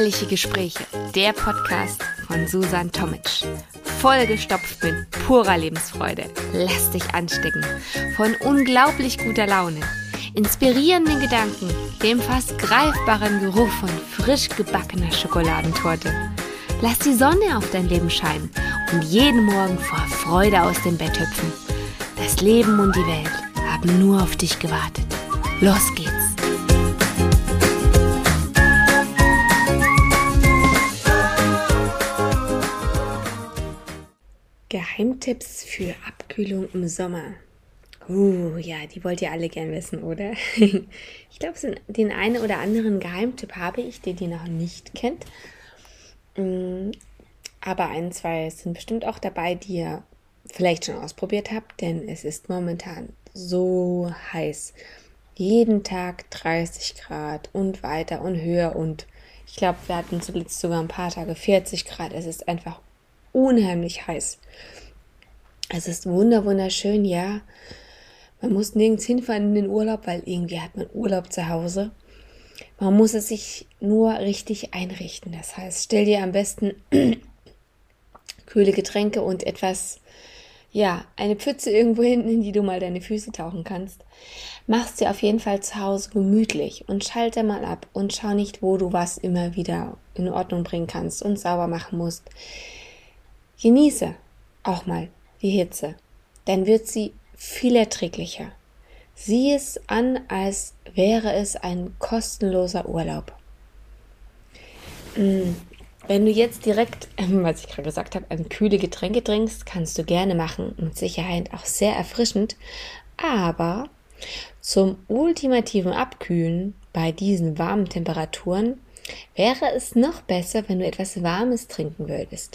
Ehrliche Gespräche, der Podcast von Susan Tomic. Vollgestopft mit purer Lebensfreude. Lass dich anstecken von unglaublich guter Laune, inspirierenden Gedanken, dem fast greifbaren Geruch von frisch gebackener Schokoladentorte. Lass die Sonne auf dein Leben scheinen und jeden Morgen vor Freude aus dem Bett hüpfen. Das Leben und die Welt haben nur auf dich gewartet. Los geht's! Geheimtipps für Abkühlung im Sommer. Ja, die wollt ihr alle gern wissen, oder? Ich glaube, den einen oder anderen Geheimtipp habe ich, den ihr noch nicht kennt. Aber ein, zwei sind bestimmt auch dabei, die ihr vielleicht schon ausprobiert habt, denn es ist momentan so heiß. Jeden Tag 30 Grad und weiter und höher und ich glaube, wir hatten zuletzt sogar ein paar Tage 40 Grad. Es ist einfach unheimlich heiß. Es ist wunderschön, ja. Man muss nirgends hinfahren in den Urlaub, weil irgendwie hat man Urlaub zu Hause. Man muss es sich nur richtig einrichten. Das heißt, stell dir am besten kühle Getränke und etwas, eine Pfütze irgendwo hin, in die du mal deine Füße tauchen kannst. Mach's dir auf jeden Fall zu Hause gemütlich und schalte mal ab und schau nicht, wo du was immer wieder in Ordnung bringen kannst und sauber machen musst. Genieße auch mal die Hitze, dann wird sie viel erträglicher. Sieh es an, als wäre es ein kostenloser Urlaub. Wenn du jetzt direkt, was ich gerade gesagt habe, an kühle Getränke trinkst, kannst du gerne machen, mit Sicherheit auch sehr erfrischend, aber zum ultimativen Abkühlen bei diesen warmen Temperaturen wäre es noch besser, wenn du etwas Warmes trinken würdest.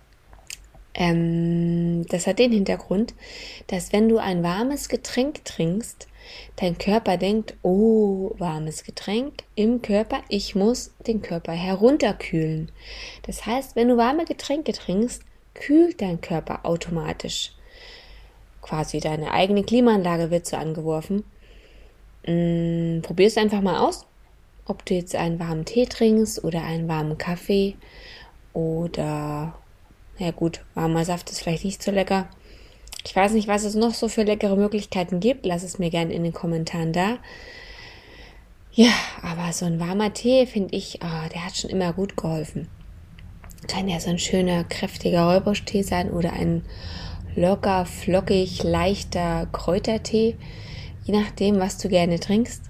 Das hat den Hintergrund, dass wenn du ein warmes Getränk trinkst, dein Körper denkt, oh, warmes Getränk im Körper, ich muss den Körper herunterkühlen. Das heißt, wenn du warme Getränke trinkst, kühlt dein Körper automatisch. Quasi deine eigene Klimaanlage wird so angeworfen. Probier es einfach mal aus, ob du jetzt einen warmen Tee trinkst oder einen warmen Kaffee oder... Ja gut, warmer Saft ist vielleicht nicht so lecker. Ich weiß nicht, was es noch so für leckere Möglichkeiten gibt. Lass es mir gerne in den Kommentaren da. Ja, aber so ein warmer Tee, finde ich, der hat schon immer gut geholfen. Kann ja so ein schöner, kräftiger Räubusch-Tee sein oder ein locker, flockig, leichter Kräutertee. Je nachdem, was du gerne trinkst.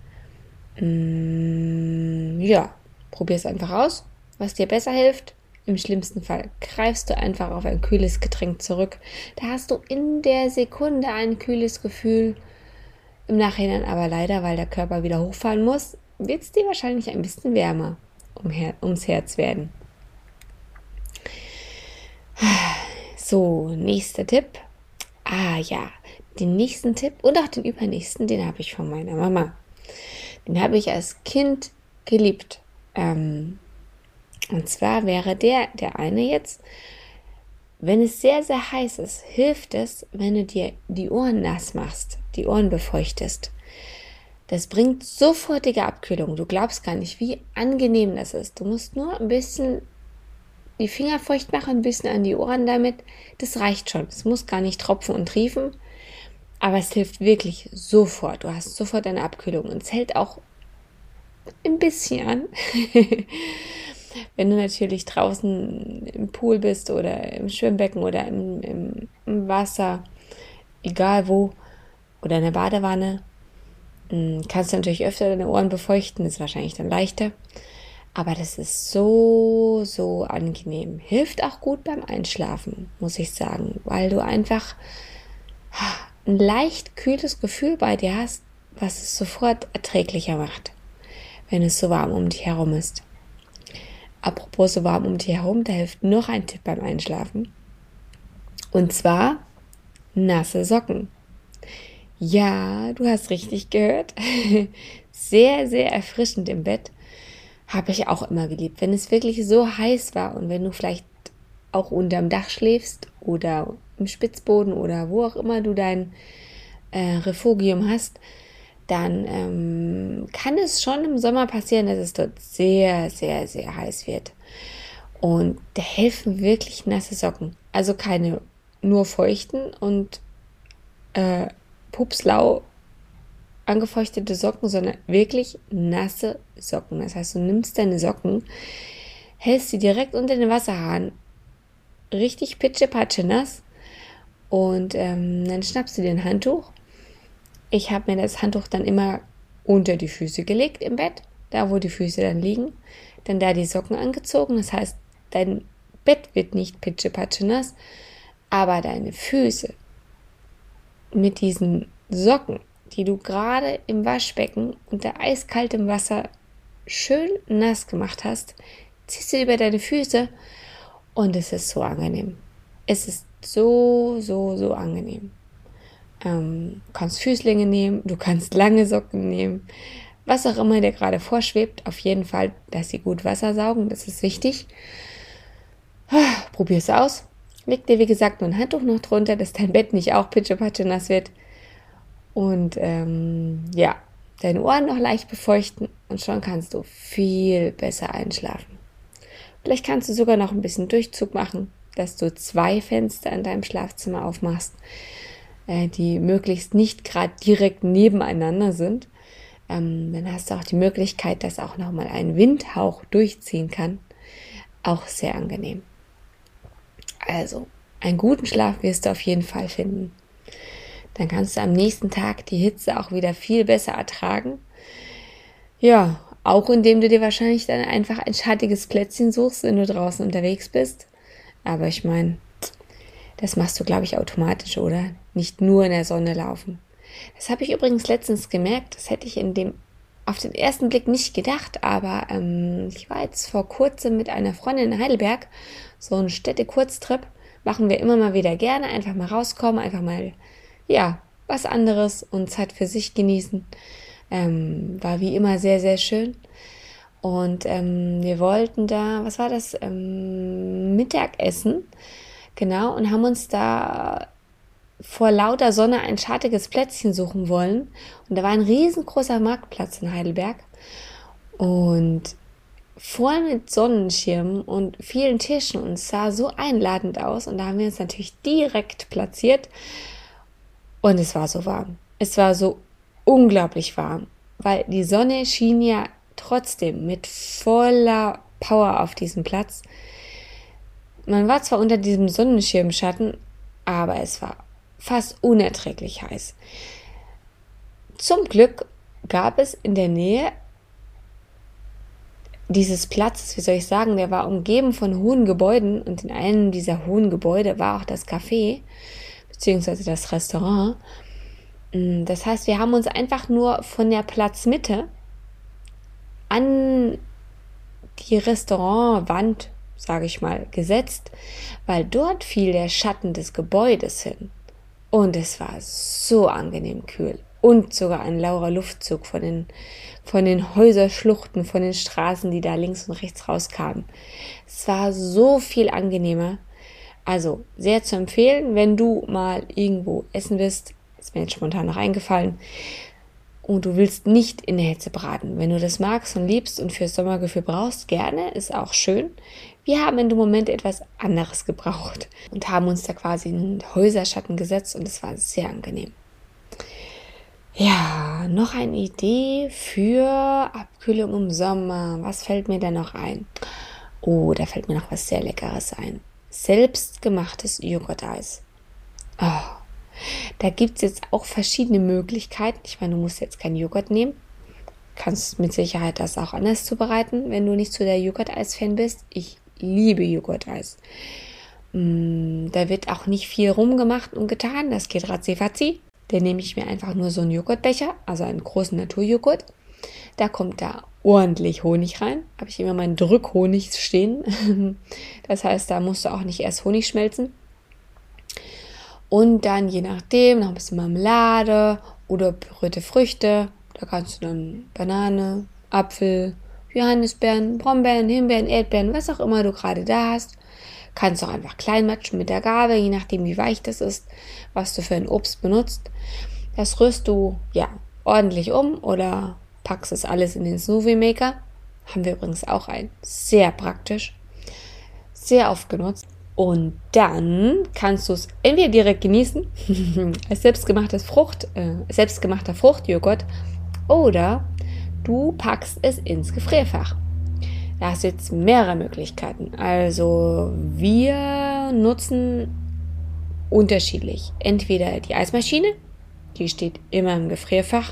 Probier es einfach aus, was dir besser hilft. Im schlimmsten Fall greifst du einfach auf ein kühles Getränk zurück. Da hast du in der Sekunde ein kühles Gefühl. Im Nachhinein aber leider, weil der Körper wieder hochfahren muss, wird es dir wahrscheinlich ein bisschen wärmer ums Herz werden. So, nächster Tipp. Den nächsten Tipp und auch den übernächsten, den habe ich von meiner Mama. Den habe ich als Kind geliebt. Und zwar wäre der eine jetzt, wenn es sehr, sehr heiß ist, hilft es, wenn du dir die Ohren nass machst, die Ohren befeuchtest. Das bringt sofortige Abkühlung. Du glaubst gar nicht, wie angenehm das ist. Du musst nur ein bisschen die Finger feucht machen, ein bisschen an die Ohren damit. Das reicht schon. Es muss gar nicht tropfen und triefen, aber es hilft wirklich sofort. Du hast sofort eine Abkühlung und es hält auch ein bisschen an. Wenn du natürlich draußen im Pool bist oder im Schwimmbecken oder im Wasser, egal wo, oder in der Badewanne, kannst du natürlich öfter deine Ohren befeuchten, ist wahrscheinlich dann leichter. Aber das ist so angenehm. Hilft auch gut beim Einschlafen, muss ich sagen, weil du einfach ein leicht kühles Gefühl bei dir hast, was es sofort erträglicher macht, wenn es so warm um dich herum ist. Apropos so warm um dich herum, da hilft noch ein Tipp beim Einschlafen. Und zwar nasse Socken. Ja, du hast richtig gehört. Sehr, sehr erfrischend im Bett. Habe ich auch immer geliebt. Wenn es wirklich so heiß war und wenn du vielleicht auch unterm Dach schläfst oder im Spitzboden oder wo auch immer du dein Refugium hast, dann kann es schon im Sommer passieren, dass es dort sehr, sehr, sehr heiß wird. Und da helfen wirklich nasse Socken. Also keine nur feuchten und pupslau angefeuchtete Socken, sondern wirklich nasse Socken. Das heißt, du nimmst deine Socken, hältst sie direkt unter den Wasserhahn, richtig pitschepatsche nass, und dann schnappst du dir ein Handtuch. Ich habe mir das Handtuch dann immer unter die Füße gelegt im Bett, da wo die Füße dann liegen, dann da die Socken angezogen. Das heißt, dein Bett wird nicht pitschepatsche nass, aber deine Füße mit diesen Socken, die du gerade im Waschbecken unter eiskaltem Wasser schön nass gemacht hast, ziehst du über deine Füße und es ist so angenehm. Es ist so, so, so angenehm. Du kannst Füßlinge nehmen, du kannst lange Socken nehmen, was auch immer dir gerade vorschwebt. Auf jeden Fall, dass sie gut Wasser saugen, das ist wichtig. Probier es aus. Leg dir, wie gesagt, nur ein Handtuch noch drunter, dass dein Bett nicht auch pitschepatsche nass wird. Und deine Ohren noch leicht befeuchten und schon kannst du viel besser einschlafen. Vielleicht kannst du sogar noch ein bisschen Durchzug machen, dass du 2 Fenster in deinem Schlafzimmer aufmachst, die möglichst nicht gerade direkt nebeneinander sind. Dann hast du auch die Möglichkeit, dass auch nochmal ein Windhauch durchziehen kann. Auch sehr angenehm. Also, einen guten Schlaf wirst du auf jeden Fall finden. Dann kannst du am nächsten Tag die Hitze auch wieder viel besser ertragen. Ja, auch indem du dir wahrscheinlich dann einfach ein schattiges Plätzchen suchst, wenn du draußen unterwegs bist. Aber ich meine, das machst du, glaube ich, automatisch, oder? Nicht nur in der Sonne laufen. Das habe ich übrigens letztens gemerkt. Das hätte ich auf den ersten Blick nicht gedacht. Aber ich war jetzt vor kurzem mit einer Freundin in Heidelberg. So einen Städte-Kurztrip machen wir immer mal wieder gerne. Einfach mal rauskommen, einfach mal, was anderes und Zeit für sich genießen. War wie immer sehr, sehr schön. Und wir wollten da, was war das, Mittagessen, genau, und haben uns da vor lauter Sonne ein schattiges Plätzchen suchen wollen. Und da war ein riesengroßer Marktplatz in Heidelberg und voll mit Sonnenschirmen und vielen Tischen, und es sah so einladend aus. Und da haben wir uns natürlich direkt platziert und es war so warm. Es war so unglaublich warm, weil die Sonne schien ja trotzdem mit voller Power auf diesem Platz. Man war zwar unter diesem Sonnenschirmschatten, aber es war fast unerträglich heiß. Zum Glück gab es in der Nähe dieses Platzes, wie soll ich sagen, der war umgeben von hohen Gebäuden, und in einem dieser hohen Gebäude war auch das Café, beziehungsweise das Restaurant. Das heißt, wir haben uns einfach nur von der Platzmitte an die Restaurantwand, sage ich mal, gesetzt, weil dort fiel der Schatten des Gebäudes hin. Und es war so angenehm kühl und sogar ein lauer Luftzug von den Häuserschluchten, von den Straßen, die da links und rechts rauskamen. Es war so viel angenehmer. Also sehr zu empfehlen, wenn du mal irgendwo essen willst, ist mir jetzt spontan noch eingefallen, und du willst nicht in der Hitze braten. Wenn du das magst und liebst und fürs Sommergefühl brauchst, gerne, ist auch schön. Wir haben in dem Moment etwas anderes gebraucht und haben uns da quasi in den Häuserschatten gesetzt, und es war sehr angenehm. Ja, noch eine Idee für Abkühlung im Sommer. Was fällt mir da noch ein? Oh, da fällt mir noch was sehr Leckeres ein. Selbstgemachtes Joghurt-Eis. Oh, da gibt es jetzt auch verschiedene Möglichkeiten. Ich meine, du musst jetzt keinen Joghurt nehmen. Kannst mit Sicherheit das auch anders zubereiten, wenn du nicht so der Joghurt-Eis-Fan bist. Ich liebe Joghurt-Eis. Da wird auch nicht viel rumgemacht und getan. Das geht ratzi-fatzi. Da nehme ich mir einfach nur so einen Joghurtbecher, also einen großen Naturjoghurt. Da kommt da ordentlich Honig rein. Habe ich immer meinen Drückhonig stehen. Das heißt, da musst du auch nicht erst Honig schmelzen. Und dann je nachdem noch ein bisschen Marmelade oder pürierte Früchte. Da kannst du dann Banane, Apfel, Johannisbeeren, Brombeeren, Himbeeren, Erdbeeren, was auch immer du gerade da hast. Kannst auch einfach klein matschen mit der Gabel, je nachdem wie weich das ist, was du für ein Obst benutzt. Das rührst du, ordentlich um oder packst es alles in den Smoothie Maker. Haben wir übrigens auch einen. Sehr praktisch. Sehr oft genutzt. Und dann kannst du es entweder direkt genießen, als selbstgemachter Fruchtjoghurt, oder du packst es ins Gefrierfach. Da hast du jetzt mehrere Möglichkeiten. Also wir nutzen unterschiedlich. Entweder die Eismaschine, die steht immer im Gefrierfach.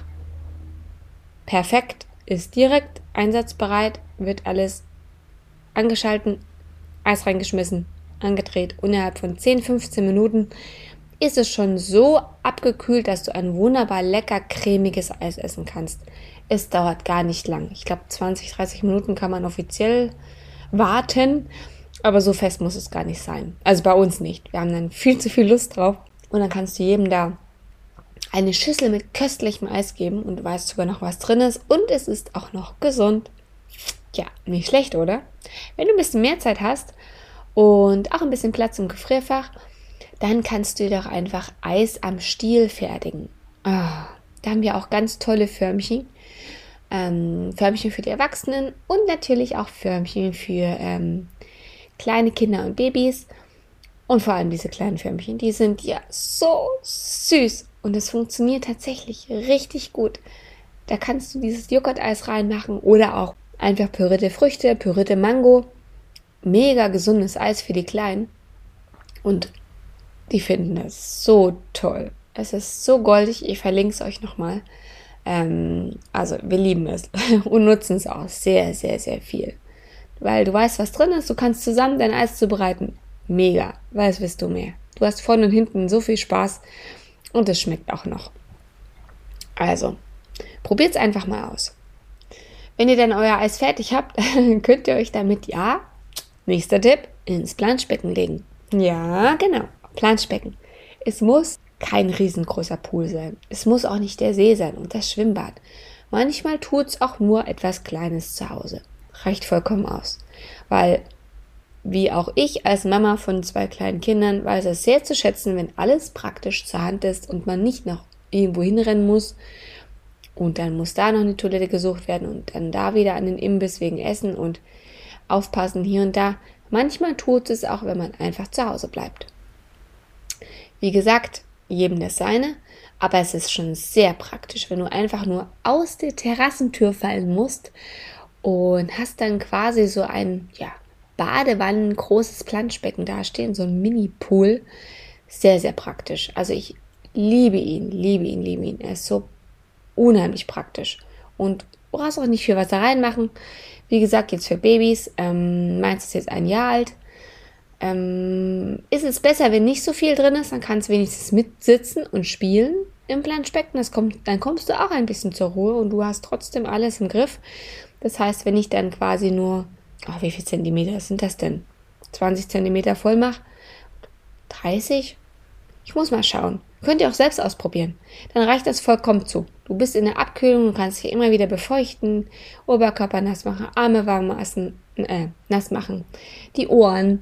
Perfekt, ist direkt einsatzbereit, wird alles angeschalten, Eis reingeschmissen, angedreht. Innerhalb von 10-15 Minuten ist es schon so abgekühlt, dass du ein wunderbar lecker cremiges Eis essen kannst. Es dauert gar nicht lang. Ich glaube 20-30 Minuten kann man offiziell warten, aber so fest muss es gar nicht sein. Also bei uns nicht. Wir haben dann viel zu viel Lust drauf. Und dann kannst du jedem da eine Schüssel mit köstlichem Eis geben und du weißt sogar noch, was drin ist. Und es ist auch noch gesund. Ja, nicht schlecht, oder? Wenn du ein bisschen mehr Zeit hast und auch ein bisschen Platz im Gefrierfach, dann kannst du doch einfach Eis am Stiel fertigen. Da haben wir auch ganz tolle Förmchen. Förmchen für die Erwachsenen und natürlich auch Förmchen für kleine Kinder und Babys. Und vor allem diese kleinen Förmchen, die sind ja so süß. Und es funktioniert tatsächlich richtig gut. Da kannst du dieses Joghurt-Eis reinmachen oder auch einfach pürierte Früchte, pürierte Mango. Mega gesundes Eis für die Kleinen. Und die finden das so toll. Es ist so goldig. Ich verlinke es euch nochmal. Also wir lieben es und nutzen es auch sehr, sehr, sehr viel. Weil du weißt, was drin ist. Du kannst zusammen dein Eis zubereiten. Mega. Was willst du mehr? Du hast vorne und hinten so viel Spaß. Und es schmeckt auch noch. Also, probiert es einfach mal aus. Wenn ihr dann euer Eis fertig habt, könnt ihr euch damit, nächster Tipp, ins Planschbecken legen. Ja, genau, Planschbecken. Es muss kein riesengroßer Pool sein. Es muss auch nicht der See sein und das Schwimmbad. Manchmal tut es auch nur etwas Kleines zu Hause. Reicht vollkommen aus. Weil, wie auch ich als Mama von 2 kleinen Kindern, weiß es sehr zu schätzen, wenn alles praktisch zur Hand ist und man nicht noch irgendwo hinrennen muss. Und dann muss da noch eine Toilette gesucht werden und dann da wieder an den Imbiss wegen Essen und aufpassen hier und da. Manchmal tut es auch, wenn man einfach zu Hause bleibt. Wie gesagt, jedem das seine, aber es ist schon sehr praktisch, wenn du einfach nur aus der Terrassentür fallen musst und hast dann quasi so ein, Badewannen, großes Planschbecken dastehen, so ein Mini-Pool. Sehr, sehr praktisch. Also ich liebe ihn. Er ist so unheimlich praktisch. Und du brauchst auch nicht viel Wasser reinmachen. Wie gesagt, jetzt für Babys. Meins ist jetzt 1 Jahr alt. Ist es besser, wenn nicht so viel drin ist, dann kannst du wenigstens mitsitzen und spielen im Planschbecken. Dann kommst du auch ein bisschen zur Ruhe und du hast trotzdem alles im Griff. Das heißt, wenn ich dann quasi nur, wie viel Zentimeter sind das denn? 20 Zentimeter voll mache? 30? Ich muss mal schauen. Könnt ihr auch selbst ausprobieren. Dann reicht das vollkommen zu. Du bist in der Abkühlung, du kannst dich immer wieder befeuchten, Oberkörper nass machen, Arme warm nass machen, die Ohren.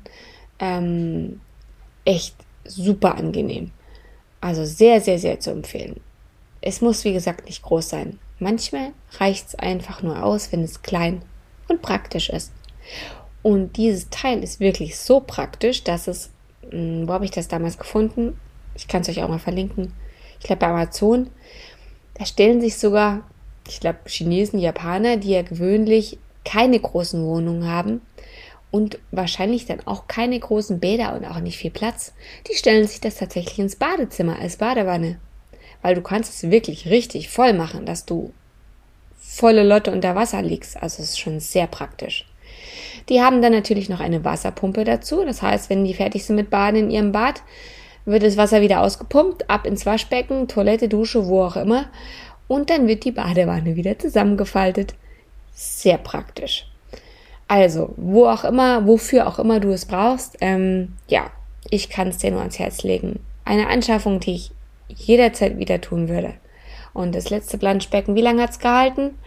Echt super angenehm. Also sehr, sehr, sehr zu empfehlen. Es muss, wie gesagt, nicht groß sein. Manchmal reicht es einfach nur aus, wenn es klein und praktisch ist. Und dieses Teil ist wirklich so praktisch, dass es, wo habe ich das damals gefunden? Ich kann es euch auch mal verlinken. Ich glaube bei Amazon, da stellen sich sogar, ich glaube Chinesen, Japaner, die ja gewöhnlich keine großen Wohnungen haben und wahrscheinlich dann auch keine großen Bäder und auch nicht viel Platz, die stellen sich das tatsächlich ins Badezimmer als Badewanne. Weil du kannst es wirklich richtig voll machen, dass du volle Lotte unter Wasser liegst. Also es ist schon sehr praktisch. Die haben dann natürlich noch eine Wasserpumpe dazu. Das heißt, wenn die fertig sind mit Baden in ihrem Bad, wird das Wasser wieder ausgepumpt, ab ins Waschbecken, Toilette, Dusche, wo auch immer. Und dann wird die Badewanne wieder zusammengefaltet. Sehr praktisch. Also, wofür auch immer du es brauchst, ich kann es dir nur ans Herz legen. Eine Anschaffung, die ich jederzeit wieder tun würde. Und das letzte Planschbecken, wie lange hat es gehalten?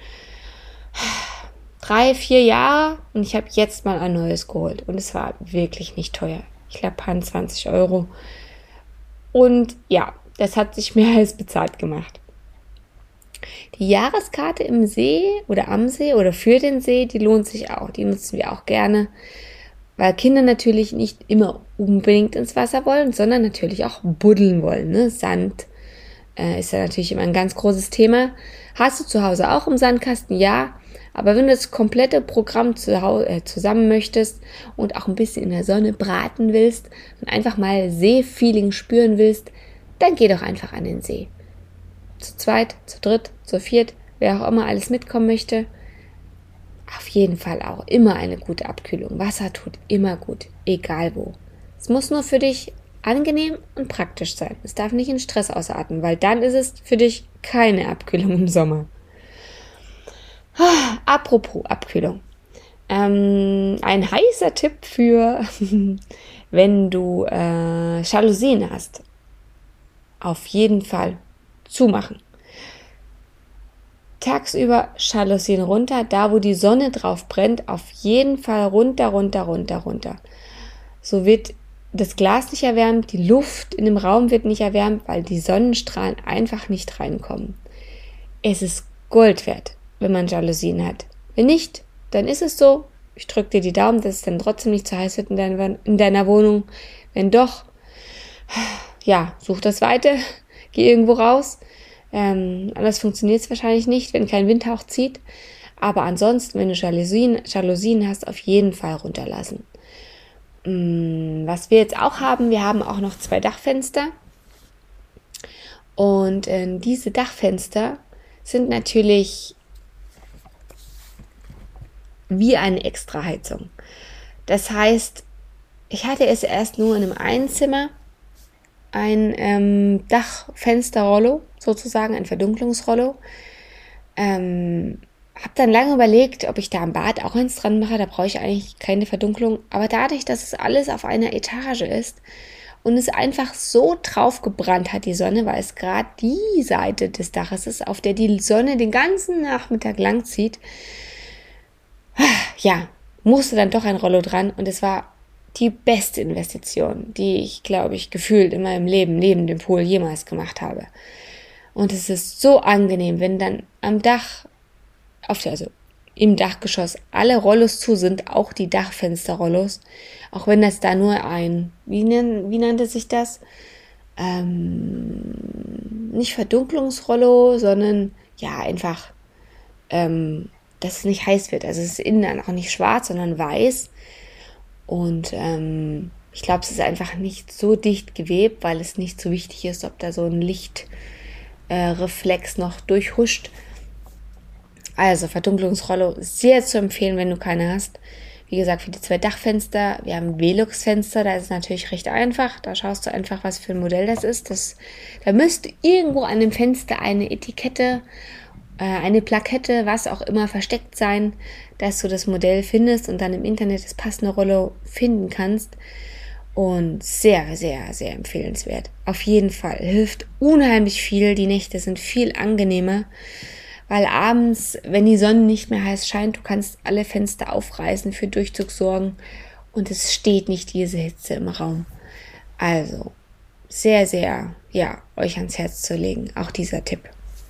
3-4 Jahre und ich habe jetzt mal ein neues geholt. Und es war wirklich nicht teuer. Ich glaube, 20 Euro. Und ja, das hat sich mehr als bezahlt gemacht. Die Jahreskarte im See oder am See oder für den See, die lohnt sich auch. Die nutzen wir auch gerne, weil Kinder natürlich nicht immer unbedingt ins Wasser wollen, sondern natürlich auch buddeln wollen. Ne? Sand ist ja natürlich immer ein ganz großes Thema. Hast du zu Hause auch im Sandkasten? Ja. Aber wenn du das komplette Programm zusammen möchtest und auch ein bisschen in der Sonne braten willst und einfach mal Seefeeling spüren willst, dann geh doch einfach an den See. Zu zweit, zu dritt, zu viert, wer auch immer alles mitkommen möchte. Auf jeden Fall auch immer eine gute Abkühlung. Wasser tut immer gut, egal wo. Es muss nur für dich angenehm und praktisch sein. Es darf nicht in Stress ausarten, weil dann ist es für dich keine Abkühlung im Sommer. Apropos Abkühlung. Ein heißer Tipp für, wenn du Jalousien hast. Auf jeden Fall zumachen. Tagsüber Jalousien runter, da wo die Sonne drauf brennt, auf jeden Fall runter. So wird das Glas nicht erwärmt, die Luft in dem Raum wird nicht erwärmt, weil die Sonnenstrahlen einfach nicht reinkommen. Es ist Gold wert, wenn man Jalousien hat. Wenn nicht, dann ist es so. Ich drücke dir die Daumen, dass es dann trotzdem nicht zu heiß wird in deiner Wohnung. Wenn doch, ja, such das Weite, geh irgendwo raus. Anders funktioniert es wahrscheinlich nicht, wenn kein Windhauch zieht. Aber ansonsten, wenn du Jalousien hast, auf jeden Fall runterlassen. Was wir jetzt auch haben, wir haben auch noch 2 Dachfenster. Und diese Dachfenster sind natürlich wie eine Extraheizung. Das heißt, ich hatte es erst nur in einem Einzimmer, ein Dachfensterrollo, sozusagen ein Verdunklungsrollo. Habe dann lange überlegt, ob ich da am Bad auch eins dran mache. Da brauche ich eigentlich keine Verdunklung. Aber dadurch, dass es alles auf einer Etage ist und es einfach so drauf gebrannt hat, die Sonne, weil es gerade die Seite des Daches ist, auf der die Sonne den ganzen Nachmittag lang zieht, ja, musste dann doch ein Rollo dran. Und es war die beste Investition, die ich, glaube ich, gefühlt in meinem Leben neben dem Pool jemals gemacht habe. Und es ist so angenehm, wenn dann am Dach, also im Dachgeschoss, alle Rollos zu sind, auch die Dachfensterrollos, auch wenn das da nur wie nannte sich das? Nicht Verdunklungsrollo, sondern ja, einfach, dass es nicht heiß wird. Also es ist innen dann auch nicht schwarz, sondern weiß. Und ich glaube, es ist einfach nicht so dicht gewebt, weil es nicht so wichtig ist, ob da so ein Lichtreflex noch durchhuscht. Also Verdunklungsrollo sehr zu empfehlen, wenn du keine hast. Wie gesagt, für die 2 Dachfenster, wir haben Velux-Fenster, da ist es natürlich recht einfach. Da schaust du einfach, was für ein Modell das ist. Da müsste irgendwo an dem Fenster eine Etikette, eine Plakette, was auch immer versteckt sein, dass du das Modell findest und dann im Internet das passende Rollo finden kannst. Und sehr, sehr, sehr empfehlenswert. Auf jeden Fall. Hilft unheimlich viel. Die Nächte sind viel angenehmer, weil abends, wenn die Sonne nicht mehr heiß scheint, du kannst alle Fenster aufreißen, für Durchzug sorgen und es steht nicht diese Hitze im Raum. Also sehr, sehr, ja, euch ans Herz zu legen. Auch dieser Tipp.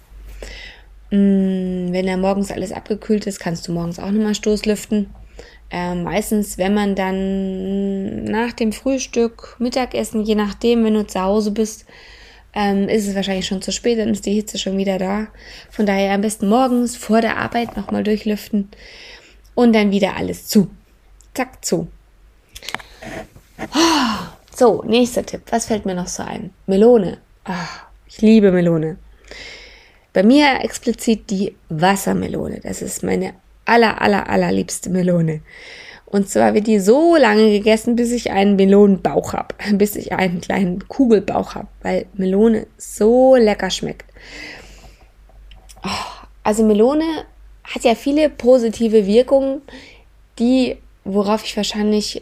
Wenn da morgens alles abgekühlt ist, kannst du morgens auch nochmal Stoßlüften. Meistens, wenn man dann nach dem Frühstück, Mittagessen, je nachdem, wenn du zu Hause bist, ist es wahrscheinlich schon zu spät, dann ist die Hitze schon wieder da. Von daher am besten morgens vor der Arbeit nochmal durchlüften und dann wieder alles zu. Zack, zu. So, nächster Tipp. Was fällt mir noch so ein? Melone. Ich liebe Melone. Bei mir explizit die Wassermelone. Das ist meine allerliebste Melone. Und zwar wird die so lange gegessen, bis ich einen Melonenbauch habe, bis ich einen kleinen Kugelbauch habe, weil Melone so lecker schmeckt. Also Melone hat ja viele positive Wirkungen, womit ich wahrscheinlich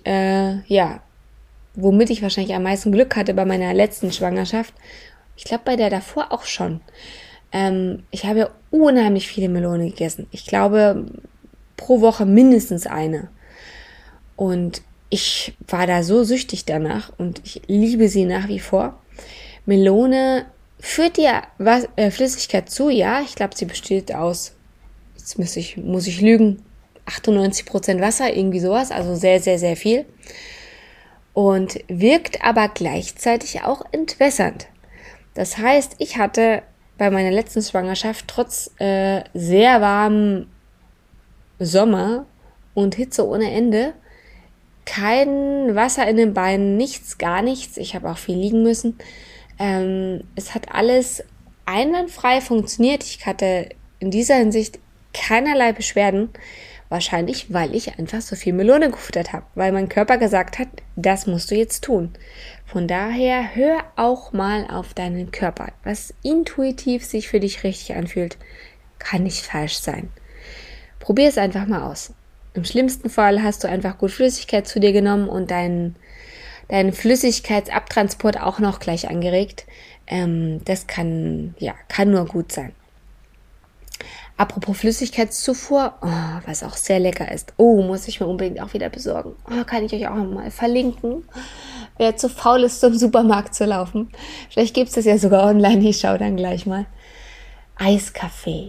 am meisten Glück hatte bei meiner letzten Schwangerschaft. Ich glaube, bei der davor auch schon. Ich habe ja unheimlich viele Melone gegessen. Ich glaube, pro Woche mindestens eine. Und ich war da so süchtig danach und ich liebe sie nach wie vor. Melone Führt dir Flüssigkeit zu? Ja, ich glaube, sie besteht aus, jetzt muss ich lügen, 98% Wasser, irgendwie sowas, also sehr, sehr, sehr viel. Und wirkt aber gleichzeitig auch entwässernd. Das heißt, ich hatte bei meiner letzten Schwangerschaft trotz sehr warmem Sommer und Hitze ohne Ende kein Wasser in den Beinen, nichts, gar nichts. Ich habe auch viel liegen müssen. Es hat alles einwandfrei funktioniert. Ich hatte in dieser Hinsicht keinerlei Beschwerden. Wahrscheinlich, weil ich einfach so viel Melone gefuttert habe. Weil mein Körper gesagt hat, das musst du jetzt tun. Von daher hör auch mal auf deinen Körper. Was intuitiv sich für dich richtig anfühlt, kann nicht falsch sein. Probier es einfach mal aus. Im schlimmsten Fall hast du einfach gut Flüssigkeit zu dir genommen und deinen Flüssigkeitsabtransport auch noch gleich angeregt. Das kann nur gut sein. Apropos Flüssigkeitszufuhr, was auch sehr lecker ist. Muss ich mir unbedingt auch wieder besorgen. Kann ich euch auch mal verlinken. Wer zu faul ist, zum Supermarkt zu laufen. Vielleicht gibt es das ja sogar online. Ich schaue dann gleich mal. Eiskaffee.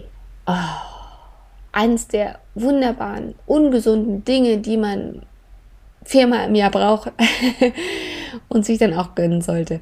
Eines der wunderbaren, ungesunden Dinge, die man 4-mal im Jahr braucht und sich dann auch gönnen sollte.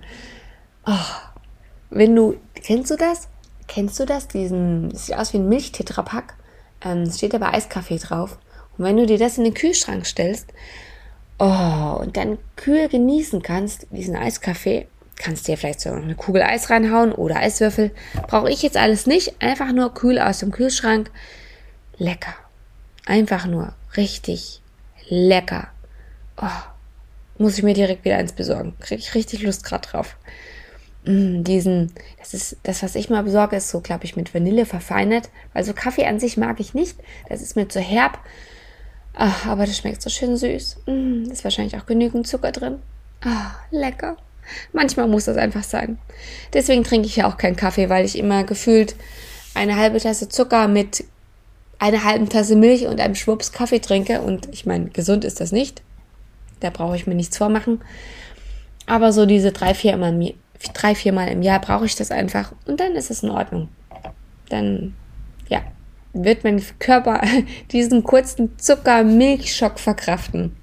Kennst du das? Das sieht aus wie ein Milchtetrapack. Steht aber Eiskaffee drauf. Und wenn du dir das in den Kühlschrank stellst, und dann kühl genießen kannst, diesen Eiskaffee, kannst dir vielleicht so eine Kugel Eis reinhauen oder Eiswürfel. Brauche ich jetzt alles nicht. Einfach nur kühl aus dem Kühlschrank. Lecker. Einfach nur richtig lecker. Muss ich mir direkt wieder eins besorgen. Kriege ich richtig Lust gerade drauf. Das, was ich mal besorge, ist so, glaube ich, mit Vanille verfeinert. Weil so Kaffee an sich mag ich nicht. Das ist mir zu herb. Aber das schmeckt so schön süß. Ist wahrscheinlich auch genügend Zucker drin. Lecker. Manchmal muss das einfach sein. Deswegen trinke ich ja auch keinen Kaffee, weil ich immer gefühlt eine halbe Tasse Zucker mit einer halben Tasse Milch und einem Schwupps Kaffee trinke. Und ich meine, gesund ist das nicht. Da brauche ich mir nichts vormachen. Aber so diese 3-4 Mal im Jahr brauche ich das einfach. Und dann ist es in Ordnung. Dann, wird mein Körper diesen kurzen Zucker-Milchschock verkraften.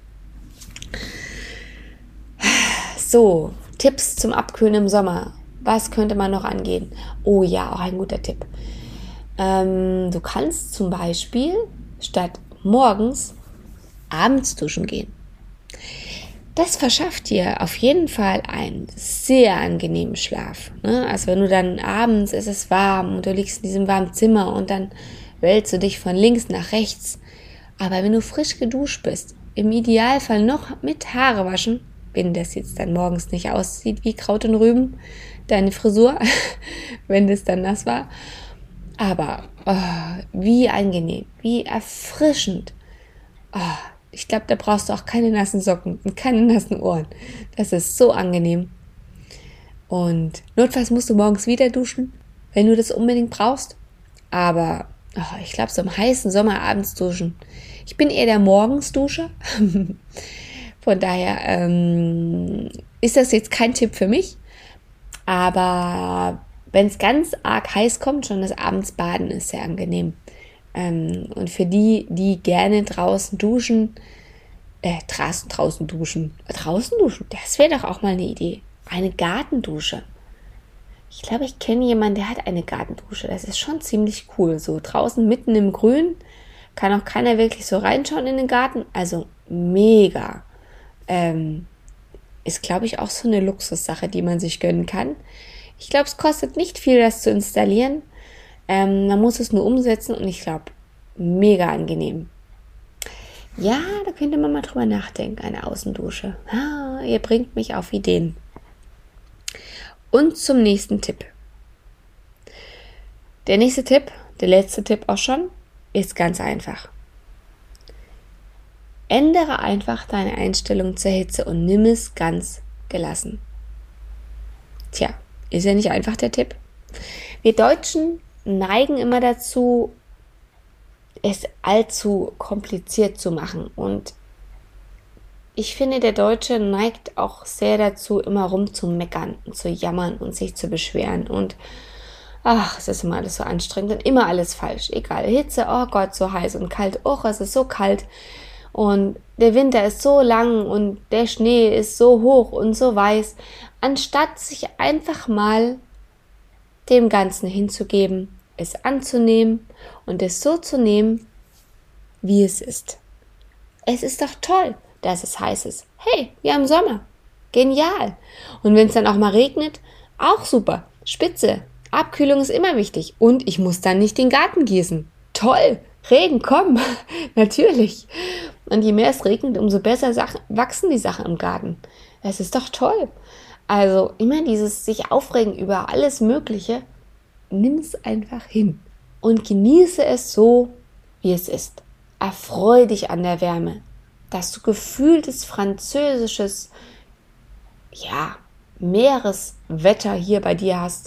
So, Tipps zum Abkühlen im Sommer. Was könnte man noch angehen? Oh ja, auch ein guter Tipp. Du kannst zum Beispiel statt morgens abends duschen gehen. Das verschafft dir auf jeden Fall einen sehr angenehmen Schlaf. Ne? Also wenn du dann abends, ist es warm und du liegst in diesem warmen Zimmer und dann wälzt du dich von links nach rechts. Aber wenn du frisch geduscht bist, im Idealfall noch mit Haare waschen, wenn das jetzt dann morgens nicht aussieht wie Kraut und Rüben, deine Frisur, wenn das dann nass war. Aber wie angenehm, wie erfrischend. Ich glaube, da brauchst du auch keine nassen Socken und keine nassen Ohren. Das ist so angenehm. Und notfalls musst du morgens wieder duschen, wenn du das unbedingt brauchst. Aber ich glaube, so im heißen Sommer abends duschen. Ich bin eher der Morgensduscher. Von daher ist das jetzt kein Tipp für mich. Aber wenn es ganz arg heiß kommt, schon das abends Baden ist sehr angenehm. Und für die gerne draußen duschen, draußen duschen, das wäre doch auch mal eine Idee. Eine Gartendusche. Ich glaube, ich kenne jemanden, der hat eine Gartendusche. Das ist schon ziemlich cool. So draußen mitten im Grün kann auch keiner wirklich so reinschauen in den Garten. Also mega. Ist, glaube ich, auch so eine Luxussache, die man sich gönnen kann. Ich glaube, es kostet nicht viel, das zu installieren. Man muss es nur umsetzen und ich glaube, mega angenehm. Ja, da könnte man mal drüber nachdenken, eine Außendusche. Ihr bringt mich auf Ideen. Und zum nächsten Tipp. Der nächste Tipp, der letzte Tipp auch schon, ist ganz einfach. Ändere einfach deine Einstellung zur Hitze und nimm es ganz gelassen. Tja, ist ja nicht einfach der Tipp. Wir Deutschen neigen immer dazu, es allzu kompliziert zu machen und ich finde, der Deutsche neigt auch sehr dazu, immer rumzumeckern und zu jammern und sich zu beschweren. Und ach, es ist immer alles so anstrengend und immer alles falsch. Egal, Hitze, oh Gott, so heiß und kalt. Oh, es ist so kalt. Und der Winter ist so lang und der Schnee ist so hoch und so weiß. Anstatt sich einfach mal dem Ganzen hinzugeben, es anzunehmen und es so zu nehmen, wie es ist. Es ist doch toll, dass es heiß ist. Hey, wir haben Sommer. Genial. Und wenn es dann auch mal regnet, auch super. Spitze. Abkühlung ist immer wichtig. Und ich muss dann nicht den Garten gießen. Toll. Regen, komm. Natürlich. Und je mehr es regnet, umso besser wachsen die Sachen im Garten. Es ist doch toll. Also immer dieses sich aufregen über alles Mögliche, nimm es einfach hin und genieße es so, wie es ist. Erfreue dich an der Wärme, dass du gefühltes französisches, Meereswetter hier bei dir hast.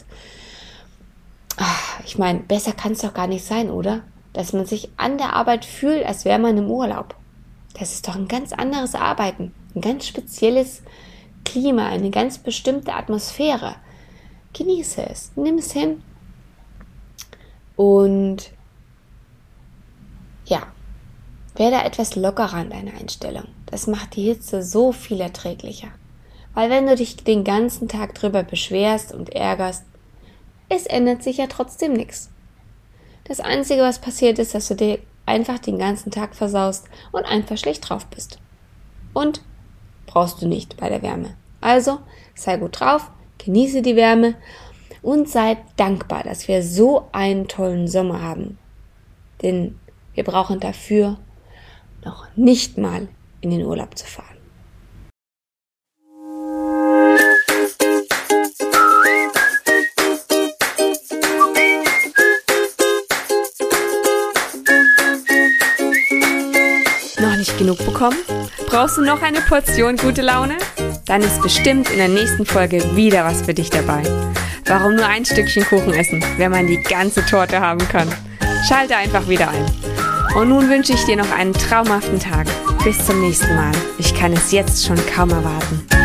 Ich meine, besser kann es doch gar nicht sein, oder? Dass man sich an der Arbeit fühlt, als wäre man im Urlaub. Das ist doch ein ganz anderes Arbeiten, ein ganz spezielles Klima, eine ganz bestimmte Atmosphäre. Genieße es, nimm es hin und werde etwas lockerer an deiner Einstellung. Das macht die Hitze so viel erträglicher. Weil wenn du dich den ganzen Tag drüber beschwerst und ärgerst, es ändert sich ja trotzdem nichts. Das Einzige, was passiert ist, dass du dir einfach den ganzen Tag versaust und einfach schlecht drauf bist. Und brauchst du nicht bei der Wärme. Also sei gut drauf, genieße die Wärme und sei dankbar, dass wir so einen tollen Sommer haben. Denn wir brauchen dafür noch nicht mal in den Urlaub zu fahren. Noch nicht genug bekommen? Brauchst du noch eine Portion gute Laune? Dann ist bestimmt in der nächsten Folge wieder was für dich dabei. Warum nur ein Stückchen Kuchen essen, wenn man die ganze Torte haben kann? Schalte einfach wieder ein. Und nun wünsche ich dir noch einen traumhaften Tag. Bis zum nächsten Mal. Ich kann es jetzt schon kaum erwarten.